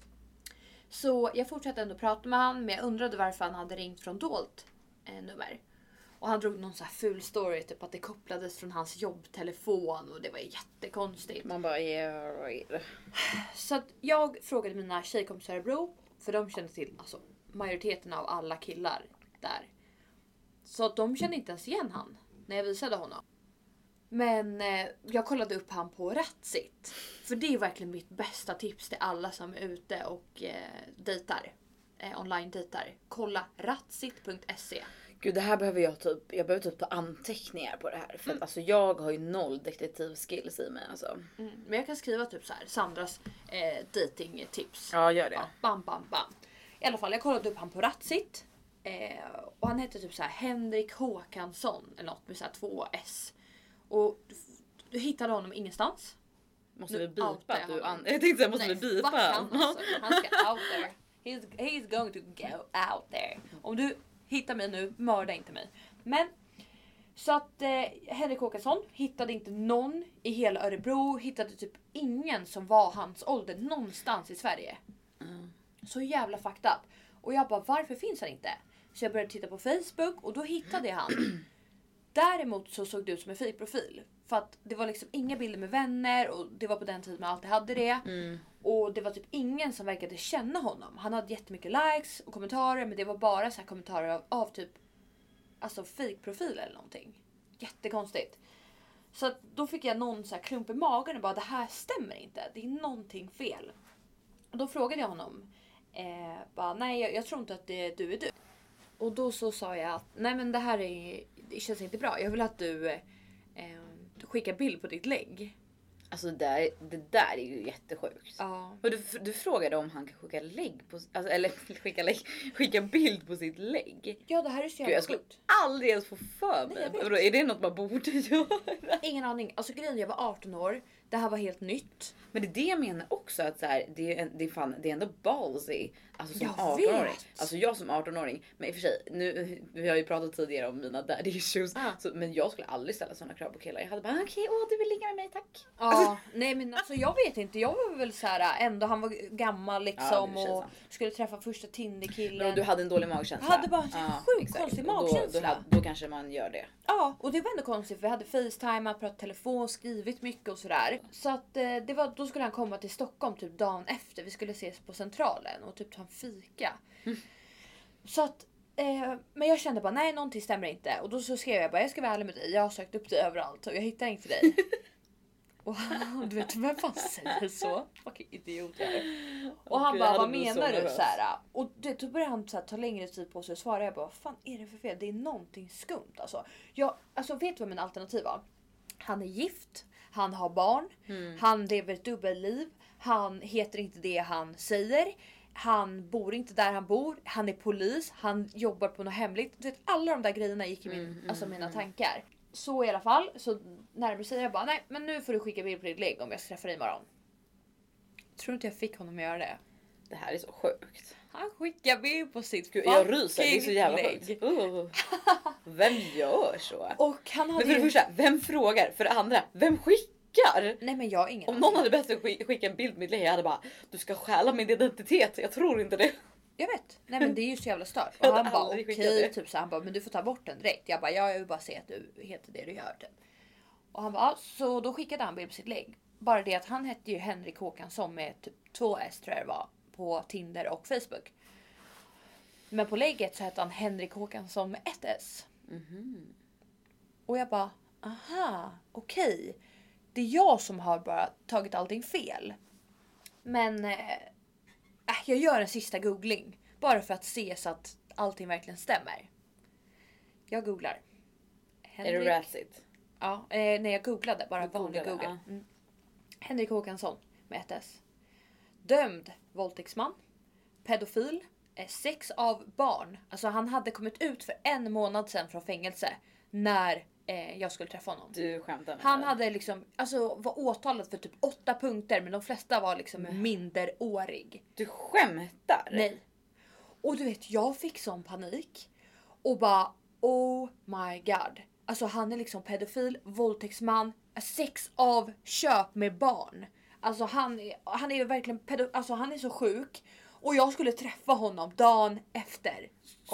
Så jag fortsatte ändå prata med han, men jag undrade varför han hade ringt från dolt nummer. Och han drog någon så här ful story, typ att det kopplades från hans jobbtelefon och det var jättekonstigt. Man bara yeah. Så att jag frågade mina tjejkompisar i Örebro, för de kände till alltså, majoriteten av alla killar där. Så att de kände inte ens igen han när jag visade honom. Men jag kollade upp han på Ratsit. För det är verkligen mitt bästa tips till alla som är ute och dejtar. Online-dejtar. Kolla ratsit.se. Gud, det här behöver jag behöver typ ta anteckningar på det här. För att alltså, jag har ju noll detektivskills i mig alltså. Men jag kan skriva typ så här Sandras datingtips. Ja, gör det. Ja, bam, bam, bam. I alla fall, jag kollade upp han på Ratsit. Och han hette typ så här Henrik Håkansson eller något med så här 2 S. Och du hittade honom ingenstans. Måste vi Nu bipa outar jag att du honom. jag tänkte måste vi Nej, bipa fuck han, han? alltså. Han ska out there. He's going to go out there. Om du hittar mig nu, mörda inte mig. Men så att Henrik Håkansson hittade inte någon i hela Örebro. Hittade typ ingen som var hans ålder någonstans i Sverige. Så jävla fucked up. Och jag bara, varför finns han inte? Så jag började titta på Facebook och då hittade jag han. Däremot så såg det ut som en fejkprofil. För att det var liksom inga bilder med vänner och det var på den tiden man alltid hade det. Och det var typ ingen som verkade känna honom. Han hade jättemycket likes och kommentarer, men det var bara så här kommentarer av typ alltså fejkprofil eller någonting. Jättekonstigt. Så att då fick jag någon så här klump i magen och bara, det här stämmer inte. Det är någonting fel. Och då frågade jag honom. Bara, nej jag tror inte att du är du. Och då så sa jag att nej men det känns inte bra. Jag vill att du skickar bild på ditt lägg. Alltså det där är ju jättesjukt. Ja. Och du frågade om han kan skicka lägg på, alltså, eller skicka bild på sitt lägg. Ja, det här är så Gud, jävla jag skulle sjukt. aldrig ens få för mig. Nej, jag vet. Vadå, är det något man borde göra? Ingen aning. Alltså grejen, jag var 18 år. Det här var helt nytt. Men det är det jag menar också, att så här, det är ändå ballsy. Alltså som Jag 18-åring. vet. Alltså jag som 18-åring. Men i och för sig, vi har ju pratat tidigare om mina daddy issues. Ja. Så, men jag skulle aldrig ställa sådana krav på killar. Jag hade bara okej, du vill ligga med mig, tack. Ja, nej men alltså jag vet inte. Jag var väl så här ändå, han var gammal Ja, liksom det är och sant. skulle träffa första Tinder-killen. Men du hade en dålig magkänsla. Jag hade bara en sjukt exakt. konstig Och magkänsla. Då kanske man gör det. Ja, och det var ändå konstigt för vi hade FaceTime, pratat telefon, skrivit mycket och sådär. Så att då skulle han komma till Stockholm typ dagen efter. Vi skulle ses på Centralen och typ ta en fika. Så att men jag kände bara nej, någonting stämmer inte. Och då så skrev jag bara, jag ska vara ärlig med dig. Jag har sökt upp dig överallt och jag hittar inte dig. Och du vet, vem fan säger så? Fucking idiot jag är. Och han bara, vad menar du? Så här, och då började han så här, ta längre tid på sig att svara. Jag bara, vad fan är det för fel? Det är någonting skumt alltså. Vet du vad min alternativ var? Han är gift, han har barn, han lever ett dubbelliv, han heter inte det han säger. Han bor inte där han bor. Han är polis. Han jobbar på något hemligt. Du vet, alla de där grejerna gick i mina tankar. Så i alla fall. Så närmare säger jag bara, nej men nu får du skicka bild på ditt lägg om jag ska träffa dig imorgon. Tror inte jag fick honom att göra det. Det här är så sjukt. Han skickar bild på sitt jag ryser, det är så jävla sjukt. Vem gör så? Och han hade men för det första, vem frågar? För det andra, vem skickar? Nej men jag har ingen. Om någon hade bett att skicka en bild med mig, jag hade bara, du ska stjäla min identitet. Jag tror inte det. Jag vet. Nej men det är ju så jävla stört. Och han bara okej, typ så han bara, men du får ta bort den direkt. Jag bara, jag vill bara se att du heter det du gör typ. Och han bara, så då skickade han bild på sitt lägg. Bara det att han hette ju Henrik Håkansson med typ 2 S tror jag det var på Tinder och Facebook. Men på lägget så hette han Henrik Håkansson med 1 S. Och jag bara, aha, okej. Det är jag som har bara tagit allting fel. Men jag gör en sista googling. Bara för att se så att allting verkligen stämmer. Jag googlar. Henrik. Är det Ratsit? Ja, när jag googlade. Bara vanlig Google. Ja. Henrik Håkansson med 1 S. Dömd våldtäktsman. Pedofil. Sex av barn. Alltså han hade kommit ut för 1 månad sedan från fängelse. När jag skulle träffa honom. Du skämtar med han det. hade liksom, alltså var åtalad för typ 8 punkter. Men de flesta var liksom minderårig. Du skämtar? Nej. Och du vet, jag fick sån panik. Och bara, oh my god. Alltså han är liksom pedofil, våldtäktsman. Sex av köp med barn. Alltså han är verkligen alltså han är så sjuk. Och jag skulle träffa honom dagen efter.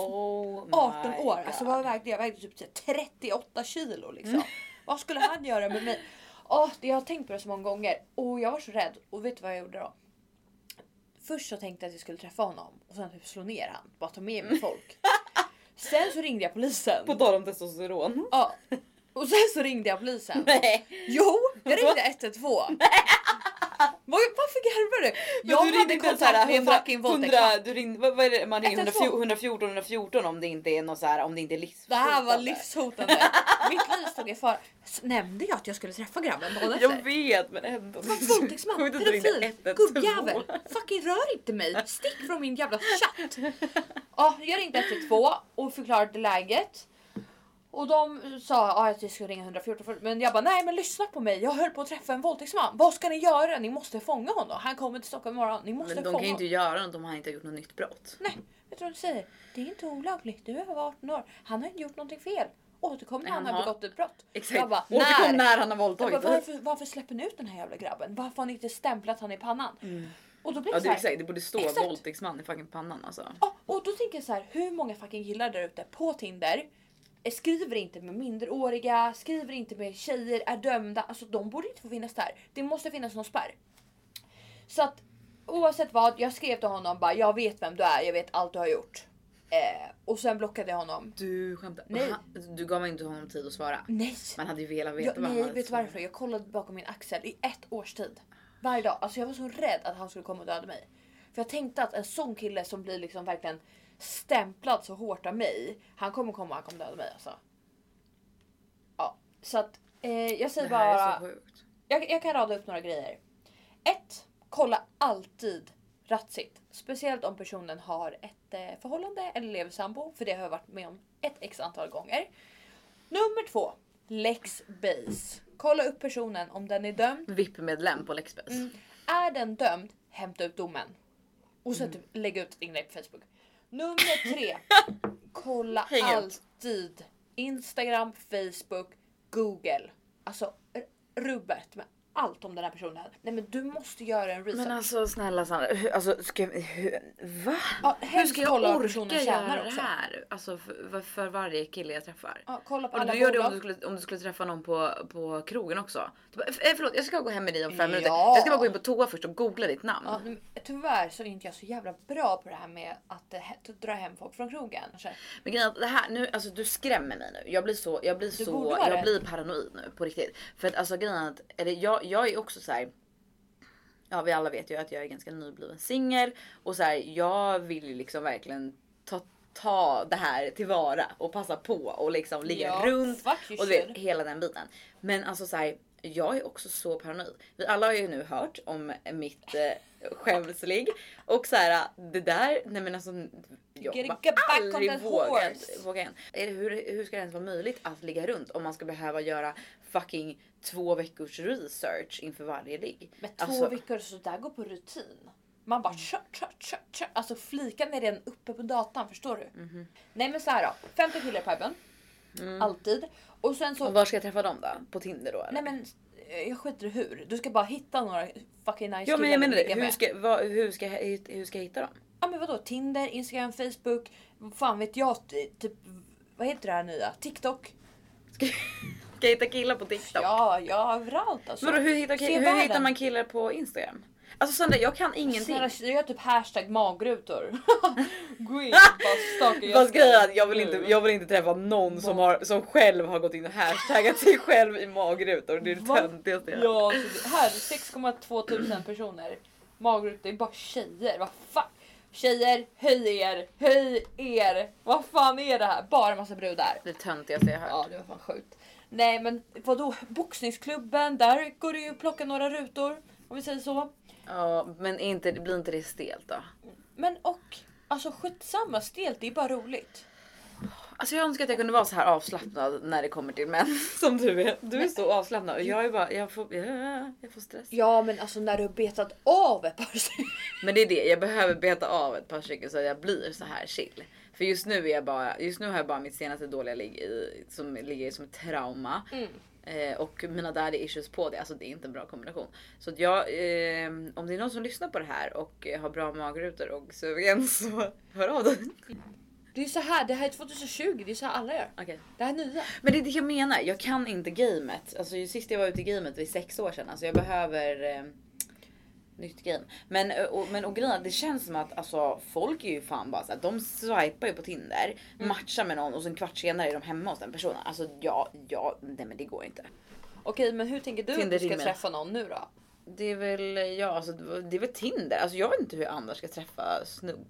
18 år. God. Alltså jag vägde typ 38 kilo liksom. Vad skulle han göra med mig? Jag har tänkt på det så många gånger. Och jag var så rädd. Och vet du vad jag gjorde då? Först så tänkte jag att jag skulle träffa honom. Och sen typ slå ner han. Bara ta med mig folk. Sen så ringde jag polisen. På tal om testosteron. Ja. Och sen så ringde jag polisen. Nej. Jo, jag ringde 112. Varför garvar du? Jag hade kontakt med fucking våldtäktsman. Du ringde, vad är det man ringer? 114 om det inte är något så här, om det inte är livshotande. Det här var livshotande. Mitt liv stod i fara. Nämnde jag att jag skulle träffa grabben dagen efter? Jag vet, men ändå. Våldtäktsman, pedofil, gubbjävel. Fucking rör inte mig. Stick från min jävla chatt. Jag ringde 112 och förklarade läget. Och de sa att jag skulle ringa 114. Men jag bara, nej men lyssna på mig. Jag höll på att träffa en våldtäktsman. Vad ska ni göra? Ni måste fånga honom. Han kommer till Stockholm imorgon. Ni måste men de kan ju inte göra något om han inte har gjort något nytt brott. Nej, vet du vad de säger? Det är inte olagligt. Du är över 18 år. Han har inte gjort någonting fel. Återkom när han har begått ett brott. Exakt. Jag bara, återkom när han har våldtagit. Varför släpper ni ut den här jävla grabben? Varför har ni inte stämplat han i pannan? Och då blir det så här, det borde stå våldtäktsman i fucking pannan alltså. Och då tänker jag så här, hur många fucking killar där ute på Tinder skriver inte med minderåriga, skriver inte med tjejer, är dömda. Alltså de borde inte få finnas där. Det måste finnas någon spärr. Så att oavsett vad, jag skrev till honom bara, jag vet vem du är, jag vet allt du har gjort. Och sen blockade jag honom. Du skämtar. Nej. Du gav inte honom tid att svara. Nej. Man hade ju velat veta vad han hade. Nej, vet du varför? Jag kollade bakom min axel i 1 års tid. Varje dag. Alltså jag var så rädd att han skulle komma och döda mig. För jag tänkte att en sån kille som blir liksom verkligen stämplad så hårt av mig, han kommer döda mig alltså. Ja, så att jag säger bara, är så sjukt. Jag kan rada upp några grejer. 1. Kolla alltid Ratsit. Speciellt om personen har ett förhållande eller lever sambo, för det har jag varit med om ett x antal gånger. Nummer 2. Lexbase. Kolla upp personen om den är dömd. VIP-medlem på Lexbase. Är den dömd, hämta ut domen. Och sen typ lägga ut ett inlägg på Facebook. Nummer 3. Kolla alltid Instagram, Facebook, Google. Alltså rubbet med allt om den här personen. Nej men du måste göra en research. Men alltså snälla Sandra, alltså va? Ja, Hur ska jag kolla vad orka personen tjänar göra det också. här? Alltså för varje kille jag träffar. Ja, kolla på Och alla du gör det bolag. om du skulle träffa någon på krogen också. Du bara, förlåt, jag ska gå hem med dig om 5 minuter. Ja. Jag ska bara gå in på toa först och googla ditt namn. Ja, tyvärr så är inte jag så jävla bra på det här med att dra hem folk från krogen. Men grejen är att det här nu, alltså du skrämmer mig nu. Jag blir paranoid nu på riktigt. För att alltså grejen är att, eller jag är också så här. Ja, vi alla vet ju att jag är ganska nybliven singel och så här, jag vill ju liksom verkligen ta det här tillvara och passa på och liksom ligga runt och du vet, hela den biten. Men alltså så här, jag är också så paranoid. Vi alla har ju nu hört om mitt skämslig och så här, det där, nej men alltså jag aldrig våga igen. Hur ska det ens vara möjligt att ligga runt om man ska behöva göra fucking 2 veckors research inför varje ligg? Men 2 veckor så där går på rutin. Man bara kör. Alltså flikan är redan uppe på datan, förstår du? Nej men så här då, 50 killar i pipen. Alltid. Och sen så... Och var ska jag träffa dem då? På Tinder då? Eller? Nej men jag skiter i hur. Du ska bara hitta några fucking nice ja men jag menar det. Hur ska jag hitta dem? Ja men vadå? Tinder, Instagram, Facebook. Vad fan vet jag? Typ, vad heter det här nya? TikTok. Ska jag hitta killar på TikTok? Ja, överallt alltså. Men då, hur hittar man killar på Instagram? Alltså Sandra, jag kan ingenting. Snälla, jag gör typ hashtag magrutor. Gå in och bara stalka. Fast grejen är att jag vill inte träffa någon som själv har gått in och hashtaggat sig själv i magrutor. Det är det töntigaste. Ja, så här 6,2 tusen personer. Magrutor är bara tjejer. Vad fan? Tjejer, höj er. Vad fan är det här? Bara en massa brudar. Det töntigaste jag hört. Ja, det var fan sjukt. Nej, men vadå? Boxningsklubben, där går det ju att plocka några rutor. Om vi säger så. Ja, men blir inte det stelt då? Men alltså skitsamma, stelt, det är bara roligt. Alltså jag önskar att jag kunde vara så här avslappnad när det kommer till män som du är. Du är så avslappnad och jag är bara, jag får stress. Ja men alltså när du har betat av ett par stycken. Men det är det, jag behöver beta av ett par stycken så att jag blir så här chill. För just nu har jag bara mitt senaste dåliga ligg som ligger som ett trauma. Och mina daddy issues på det, alltså det är inte en bra kombination. Så att om det är någon som lyssnar på det här och har bra magrutor och sugen så hör av dig. Det är så här, det här är 2020, det är så här alla gör. Okay. Det här är nya. Men det är det jag menar, jag kan inte gamet. Alltså sist jag var ute i gamet var 6 år sedan. Alltså jag behöver nytt game. Men grejen, det känns som att alltså, folk är ju fan bara så här, de swipar ju på Tinder, matchar med någon och sen kvart senare är de hemma hos den personen. Alltså nej men det går inte. Okej, men hur tänker du Tinder att du ska träffa någon nu då? Det är väl, alltså det är väl Tinder. Alltså jag vet inte hur jag annars ska träffa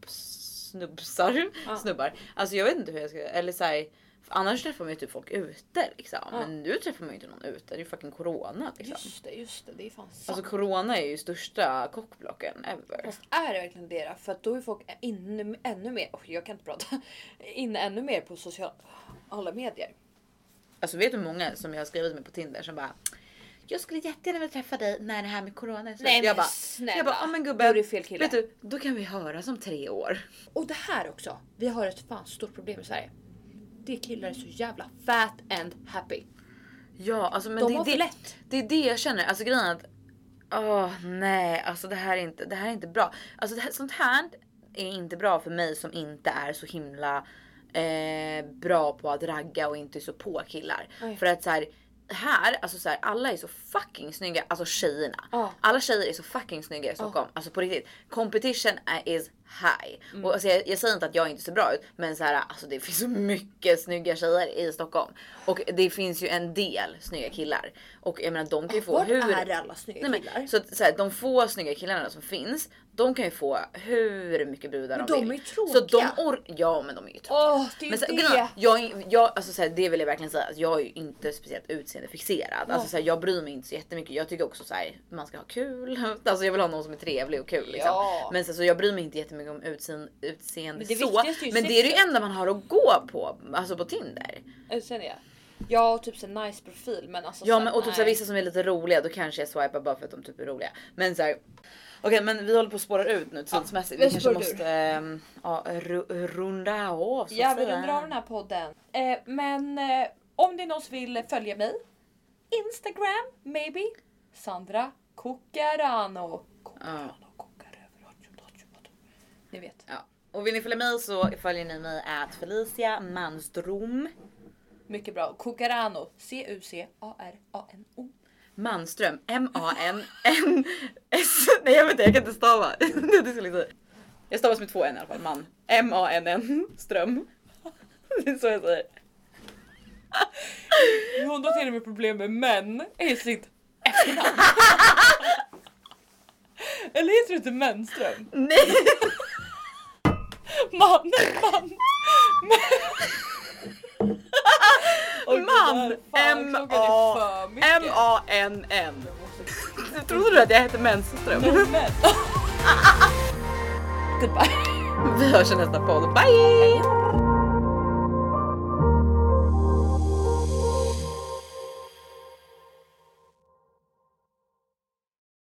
snubbar. Alltså jag vet inte hur jag ska, eller så här, annars träffar man ju typ folk ute liksom. Men nu träffar man ju inte någon ute. Det är ju fucking corona liksom. Just det, det är fan sant. Alltså corona är ju största kockblocken ever. Fast är det verkligen det? För att då är folk ännu mer, jag kan inte prata, inne ännu mer på sociala medier. Alltså vet du hur många som jag har skrivit med på Tinder som bara, jag skulle jättegärna vilja träffa dig när det här med corona är slut. Nej, jag bara, men gubben, du är fel kille. vet du, då kan vi höras om 3 år. Och det här också, vi har ett fan stort problem i Sverige. Det killar är så jävla fat and happy. Ja, alltså men de har för lätt. Det är det jag känner. Alltså grejen är att nej, alltså det här är inte bra. Alltså sånt här är inte bra för mig som inte är så himla bra på att ragga och inte så på killar. För att så här, alltså så här, alla är så fucking snygga, alltså tjejerna. Alla tjejer är så fucking snygga i Stockholm. Alltså på riktigt. Competition is high. Och alltså jag säger inte att jag inte ser bra ut, men så här, alltså det finns så mycket snygga tjejer i Stockholm. Och det finns ju en del snygga killar. Och jag menar de kan ju få är alla snygga killar? Så här, de få snygga killarna som finns, de kan ju få hur mycket brudar de vill. Men de är tråkiga. Så ja, men de är ju tråkiga. Det är men det. Jag alltså så här, det vill jag verkligen säga, alltså, jag är ju inte speciellt utseendefixerad. Alltså så här, jag bryr mig inte så jättemycket. Jag tycker också så här, man ska ha kul. Alltså jag vill ha någon som är trevlig och kul liksom. Men så jag bryr mig inte jättemycket om utseende så. Men det är det enda man har att gå på, alltså på Tinder. Utseende, ja, typ så nice profil, men alltså ja, men och typ så vissa som är lite roliga, då kanske jag swipar bara för att de typ är roliga. Men så här, okej, men vi håller på att spåra ut nu tidsmässigt. Vi kanske måste runda av. Ja, vi rundar av den här podden. Men om det är någon som vill följa mig, Instagram, maybe. Sandra Cuccarano. Ni vet. Ja. Och vill ni följa mig så följer ni mig @Felicia Manström. Mycket bra. Cuccarano. Cucrano. Manström. M-A-N-N-S. Nej jag vet inte, jag kan inte stava. Det skulle jag säga. Jag stavas med 2 N i alla fall. Man. M-A-N-N. Ström. Det är så jag säger. Hon har till och med problem med män i sitt efternamn. Eller heter det inte Mänström? Nej. Man. M-A-N-N. Trodde du att jag hette Mänström? Goodbye. Vi hörs i nästa podd. Bye!